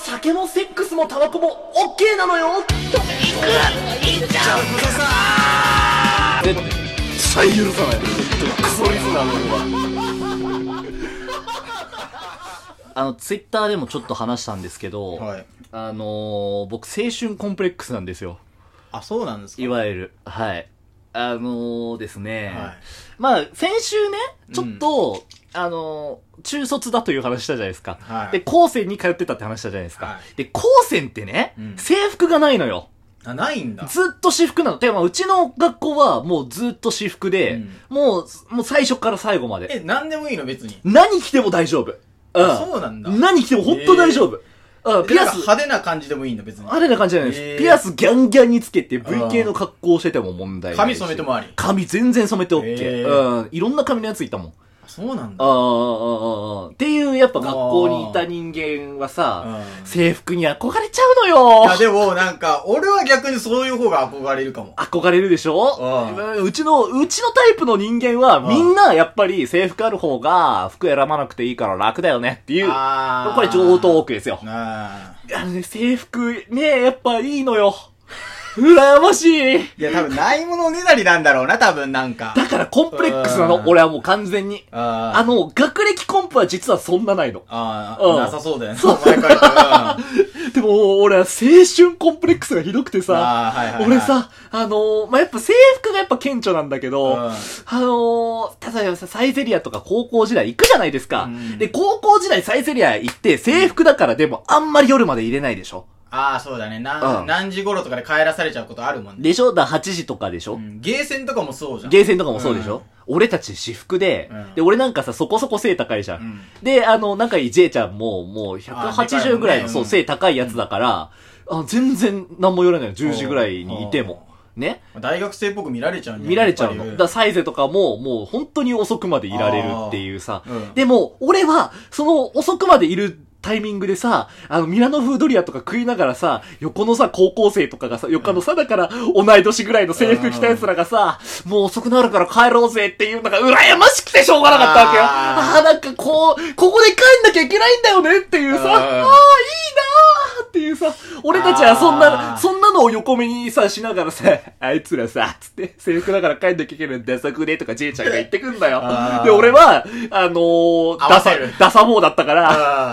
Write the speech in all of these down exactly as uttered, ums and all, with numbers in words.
酒もセックスもタバコもオッケーなのよ。行く行っちゃうくさー絶対許さない。クソリスナーのはあのツイッターでもちょっと話したんですけど、はい、あのー、僕青春コンプレックスなんですよ。 あ、そうなんですか。 いわゆるはいあのー、ですね、はい、まあ先週ねちょっと、うん、あのー、中卒だという話したじゃないですか、はい、で高専に通ってたって話したじゃないですか、はい、で高専ってね、うん、制服がないのよ。 あ、ないんだ。 ずっと私服なの。てかまあうちの学校はもうずっと私服で、うん、もうもう最初から最後まで。 え、なんでもいいの別に。 何着ても大丈夫。 うん、そうなんだ。 何着ても本当大丈夫。 うん、ピアス派手な感じでもいいんだ別に。 派手な感じじゃないです。ピアスギャンギャンにつけて ブイ系の格好をしてても問題ない。 髪染めてもあり。 髪全然染めて OK。うん。いろんな髪のやついたもん。 そうなんだ。 ああ、ああ、ああ。っていう、やっぱ学校にいた人間はさ、制服に憧れちゃうのよ。 いや、でも、なんか、俺は逆にそういう方が憧れるかも。 憧れるでしょ？うちの、うちのタイプの人間は、みんな、やっぱり制服ある方が、服選ばなくていいから楽だよねっていう、これ上等奥ですよ。あのね、制服、ね、やっぱいいのよ。羨ましい。 いや、多分ないものねだりなんだろうな、多分なんか。 だからコンプレックスなの、俺はもう完全に。あ, あの、学歴コンプは実はそんなないの。 ああ、うん、なさそうだよね。そう。前からでも、俺は青春コンプレックスがひどくてさ、あ、はいはいはい、俺さ、あのー、まあ、やっぱ制服がやっぱ顕著なんだけど、うん、あのー、例えばさ、サイゼリアとか高校時代行くじゃないですか。うん、で、高校時代サイゼリア行って制服だからでもあんまり夜まで入れないでしょ。 ああ、そうだね。な、うん、何時頃とかで帰らされちゃうことあるもんね。 でしょ？だからはちじとかでしょ、うん、 ゲーセンとかもそうじゃん。 ゲーセンとかもそうでしょ、うん、俺たち私服で、うん、で、俺なんかさ、そこそこ背高いじゃん。うん、で、あの、仲いい J ちゃんも、もうひゃくはちじゅうぐらいの、ね、そう、背高いやつだから、うん、あ全然何も言われないの。じゅうじぐらいにいても。ね。 大学生っぽく見られちゃうんじゃん。 見られちゃうの。だからサイゼとかも、もう本当に遅くまでいられるっていうさ。うん、でも、俺は、その遅くまでいる、タイミングでさ、あの、ミラノ風ドリアとか食いながらさ、横のさ、高校生とかがさ、横のさ、だから、同い年ぐらいの制服着た奴らがさ、もう遅くなるから帰ろうぜっていうのが羨ましくてしょうがなかったわけよ。ああ、なんかこう、ここで帰んなきゃいけないんだよねっていうさ、ああ、いいなーっていうさ、俺たちはそんな、そんなのを横目にさ、しながらさ、あいつらさ、つって、制服だから帰んなきゃいけないんだ、ダサくねとか J ちゃんが言ってくんだよ。で、俺は、あのー、ダサ、ダサ坊だったから、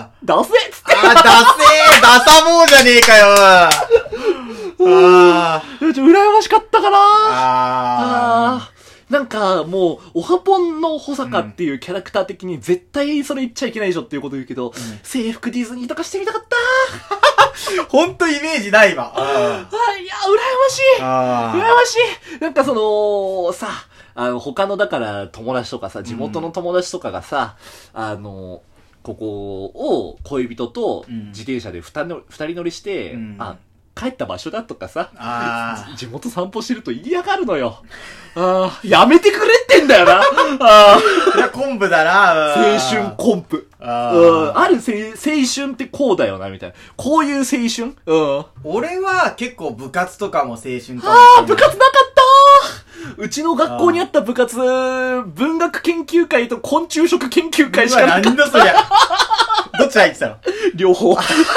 ダセっつって。 あ、ダセーダサ坊じゃねえかよああ。羨ましかったかなああ。なんか、もう、おはぽんの保坂っていうキャラクター的に絶対それ言っちゃいけないでしょっていうこと言うけど、うん、制服ディズニーとかしてみたかったほんとイメージないわ。 ああ、いや、羨ましい羨ましいなんかその、さ、あの、他のだから友達とかさ、地元の友達とかがさ、うん、あの、ここを恋人と自転車で二人乗りして、うん、あ、帰った場所だとかさ、あ地元散歩してると言いやがるのよ。あやめてくれってんだよな。あいや、コンプだな。 青春コンプ。あ, ある青春ってこうだよな、みたいな。こういう青春うん。 俺は結構部活とかも青春かも。 ああ、部活なかったうちの学校にあった部活、文学研究会と昆虫食研究会しかなかった。 なんだそりゃ。どっち入ってたの？ 両方。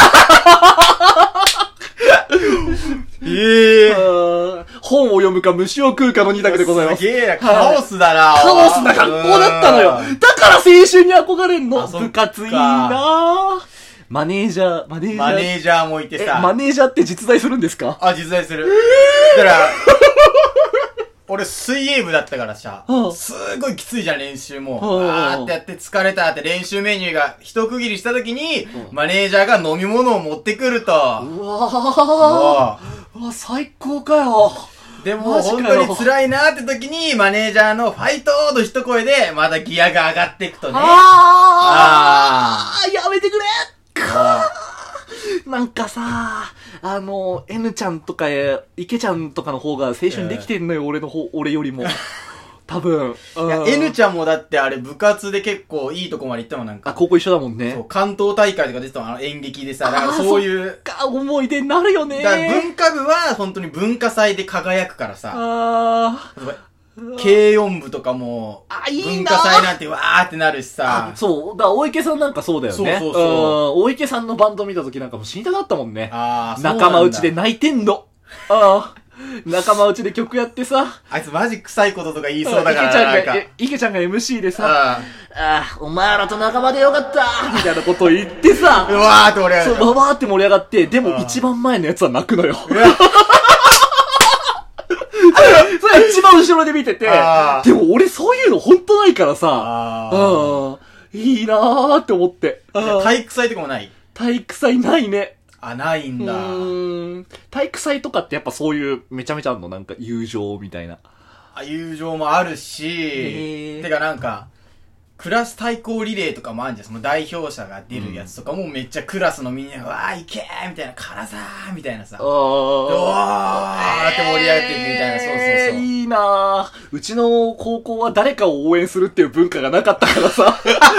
ええー。 本を読むか虫を食うかの二択でございます。 すげえな、カオスだな。 カオスな学校だったのよ。だから青春に憧れんの。部活いいなマネージャー、マネージャー。 マネージャーもいてさ。 マネージャーって実在するんですか？ あ、実在する。だから、俺水泳部だったからさ、すごいきついじゃん練習も。あーってやって疲れたって練習メニューが一区切りした時に、マネージャーが飲み物を持ってくると。うわー。うわ、最高かよ。 でも本当に辛いなって時にマネージャーのファイトの一声でまたギアが上がっていくとね。 あーあーやめてくれかーなんかさ、あの、N ちゃんとか、池ちゃんとかの方が青春できてんのよ、俺の方、俺よりも。多分。 いや、N ちゃんもだってあれ部活で結構いいとこまで行ったもんなんか。 あ、高校一緒だもんね。そう、 関東大会とか出てたもん、あの演劇でさ、だからそういう。 そっか、思い出になるよね。 だから文化部は本当に文化祭で輝くからさ。あー。 軽音部とかも、 あ、いいな文化祭なんてわーってなるしさ。 そう。だから、大池さんなんかそうだよね。 そうそうそう。うん、 大池さんのバンド見た時なんかもう死にたかったもんね。 ああ、 仲間内で泣いてんの。ああ。仲間内で曲やってさ。 あいつマジ臭いこととか言いそうだから池ちゃんが、池ちゃんが エムシー でさ、ああ、お前らと仲間でよかったみたいなことを言ってさ、 うわーって盛り上がって。 そう、わーって盛り上がって、でも一番前のやつは泣くのよ。それ一番後ろで見てて、でも俺そういうのほんとないからさ、うん、いいなーって思って。 体育祭とかもない？ 体育祭ないね。 あ、ないんだ。うーん。体育祭とかってやっぱそういうめちゃめちゃあるの？なんか友情みたいな。 あ、友情もあるし、てかなんか、クラス対抗リレーとかもあるんじゃん。その代表者が出るやつとかもめっちゃクラスのみんなが、わーいけーみたいな、からさーみたいなさ。うわーって盛り上げていくみたいな、そうそうそう。 いいなー。うちの高校は誰かを応援するっていう文化がなかったからさ。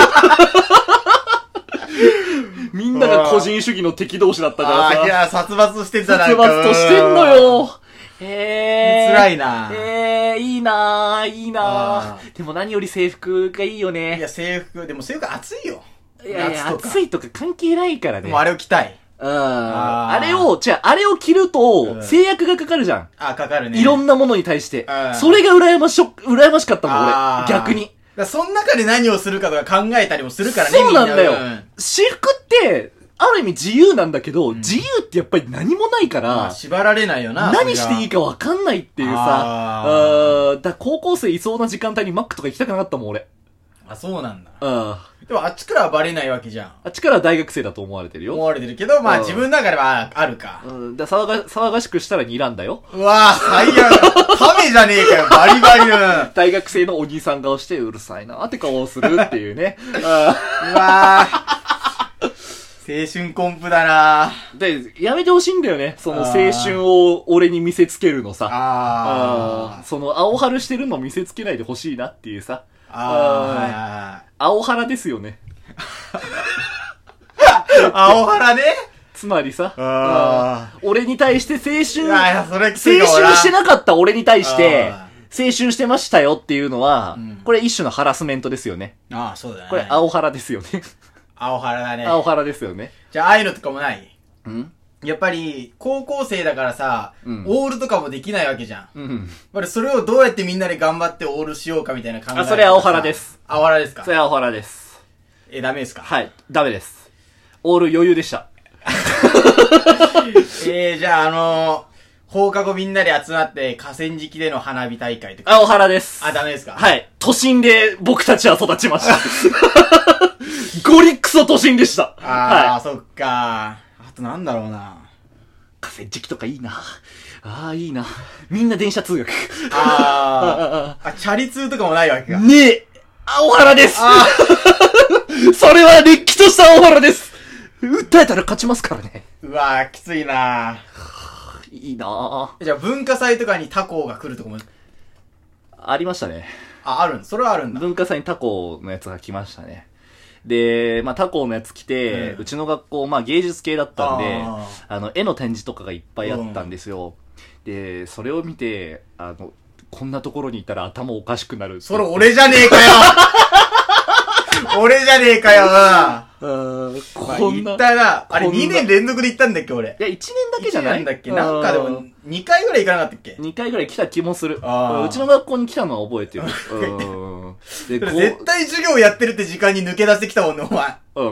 みんなが個人主義の敵同士だったからさ。 あー、いや、殺伐してたな。 殺伐としてんのよ。えー。 辛いな。 えー、いいなー、いいなー。でも何より制服がいいよね。 いや、制服、でも制服暑いよ。 いやいや、暑いとか関係ないからね。 でもあれを着たい。 うん。あ, あれを、じゃあ、あれを着ると、制約がかかるじゃん。 あ、かかるね。 いろんなものに対して。それが羨まし、羨ましかったもん、俺。逆に。 だその中で何をするかとか考えたりもするからね、 そうなんだよ。私服って、ある意味自由なんだけど、うん、自由ってやっぱり何もないから、まあ、 縛られないよな。 何していいか分かんないっていうさ、あだ高校生いそうな時間帯にマックとか行きたくなかったもん、俺。 あ、そうなんだ。 うん。 でもあっちからはバレないわけじゃん。 あっちからは大学生だと思われてるよ。 思われてるけど、まあ自分の中ではあるか。 うん。だ騒が、騒がしくしたら睨んだよ。 うわぁ、最悪。亀じゃねえかよ、バリバリの。 大学生のお兄さん顔してうるさいなーって顔をするっていうね。うわぁ。青春コンプだなぁ。で、やめてほしいんだよね。その青春を俺に見せつけるのさ。 ああ。その青春してるの見せつけないでほしいなっていうさ。 ああ。青原ですよね。 青原ねつまりさ、 あ俺に対して青春、 いやいやそれ青春してなかった俺に対して、青春してましたよっていうのは、うん、これ一種のハラスメントですよね。 ああ、そうだね。 これ青原ですよね。 青原だね。 青原ですよね。 じゃあ、ああいうのとかもない？ んやっぱり、高校生だからさ、うん、オールとかもできないわけじゃん。 うん。やっぱりそれをどうやってみんなで頑張ってオールしようかみたいな考え。 あ、それ青原です。 青原ですか？ それ青原です。 え、ダメですか？ はい、ダメです。オール余裕でした。 えー、じゃああのー、放課後みんなで集まって河川敷での花火大会とか。 青原です。 あ、ダメですか？ はい。都心で僕たちは育ちました。ゴリクソ都心でした。 ああ、はい、そっか。あとなんだろうな。 河川敷とかいいな。ああ、いいな。みんな電車通学。 ああ。あ、チャリ通とかもないわけか。 ねえ。青原です。それはれっきとした青原です。訴えたら勝ちますからね。 うわぁ、きついなぁ。 いいなぁ。 じゃあ文化祭とかに他校が来るとこも。 ありましたね。 あ、あるんそれはあるんだ。 文化祭に他校のやつが来ましたね。で、まあ他校のやつ来て、うん、うちの学校、まあ芸術系だったんで、あ, あの、絵の展示とかがいっぱいあったんですよ。うん、で、それを見て、あの、こんなところにいたら頭おかしくなる。 それ俺じゃねえかよ俺じゃねえかよなうん、 こんな。行ったな。あれにねん連続で行ったんだっけ俺。 いや、いちねんだけじゃない？ いちねんだっけなんかでも、にかいぐらい行かなかったっけ ? に 回ぐらい来た気もする。うちの学校に来たのは覚えてる。うん。 で、絶対授業やってるって時間に抜け出してきたもんね、お前。うん。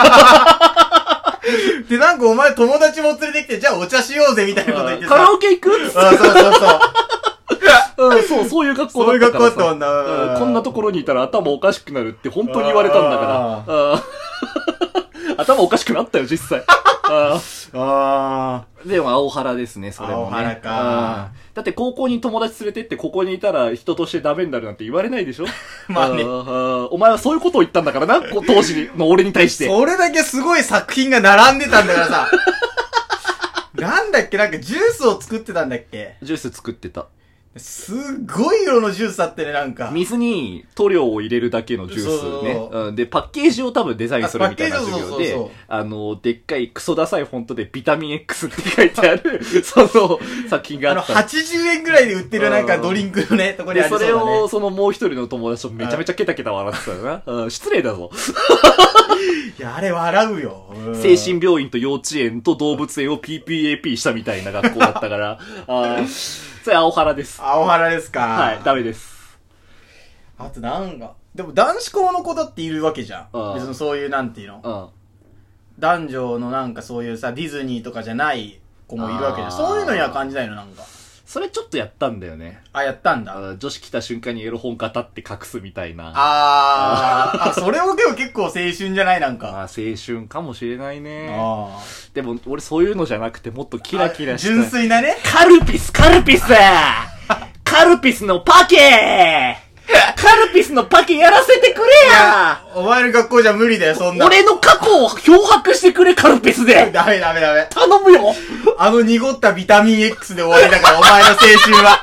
で、なんかお前友達も連れてきて、じゃあお茶しようぜみたいなこと言ってさ。 カラオケ行くって。 あ、そうそうそう。 うん、そう、そういう学校だったからさ。 そういう学校だったもんな、 うん。こんなところにいたら頭おかしくなるって本当に言われたんだから。頭おかしくなったよ、実際。ああ。でも、青原ですね、それもね。 青原か。 だって高校に友達連れてって、ここにいたら人としてダメになるなんて言われないでしょまあね。 お前はそういうことを言ったんだからな、当時の俺に対して。 それだけすごい作品が並んでたんだからさ。なんだっけなんかジュースを作ってたんだっけジュース作ってた。 すっごい色のジュースあってね、なんか。 水に塗料を入れるだけのジュースね。 そうそうそう、 うん。で、パッケージを多分デザインするみたいな授業で、 そうそうそう、 あの、でっかいクソダサいフォントでビタミン X って書いてある、その作品があった。 あの、はちじゅうえんぐらいで売ってるなんかドリンクのね、ところにありそうだね。 で、それを、そのもう一人の友達とめちゃめちゃケタケタ笑ってたよな。うん、失礼だぞ。 いや、あれ笑うよ。 精神病院と幼稚園と動物園を ピーピーエーピー したみたいな学校だったから、あそれ青原です。 青原ですか。 はい、ダメです。 あとなんか、でも男子校の子だっているわけじゃん。 うん、 別にそういうなんていうの、 うん、 男女のなんかそういうさ、ディズニーとかじゃない子もいるわけじゃん。そういうのには感じないのなんか。 それちょっとやったんだよね。 あ、やったんだ。 女子来た瞬間にエロ本語って隠すみたいな。 あー。あ、それもでも結構青春じゃないなんか。 あ、青春かもしれないね。 あでも、俺そういうのじゃなくてもっとキラキラした。 純粋なね。 カルピス、カルピスカルピスのパケーカルピスのパケやらせてくれやお前の学校じゃ無理だよ、そんな。 俺の過去を漂白してくれ、カルピスでダメダメダメ。 頼むよあの濁ったビタミン X で終わりだから、お前の青春は。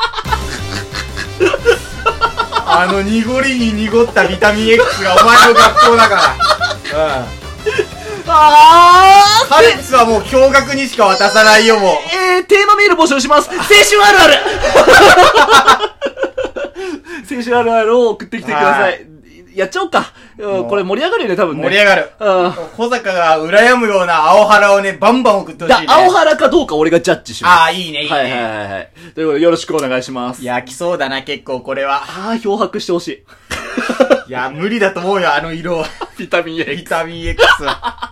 あの濁りに濁ったビタミン X がお前の学校だから。うん。 あーカルピスはもう驚愕にしか渡さないよ、もう。 えー、テーマメール募集します。青春あるある青春あるあるを送ってきてください。やっちゃおうか。これ盛り上がるよね、多分ね。 盛り上がる。うん。小坂が羨むような青原をね、バンバン送ってほしいね。 青原かどうか俺がジャッジします。 ああ、いいね、いいね。 はいはいはいはい。ということで、よろしくお願いします。 いや、来そうだな、結構これは。 ああ、漂白してほしい。 いや、無理だと思うよ、あの色は。 ビタミン X。 ビタミン X は。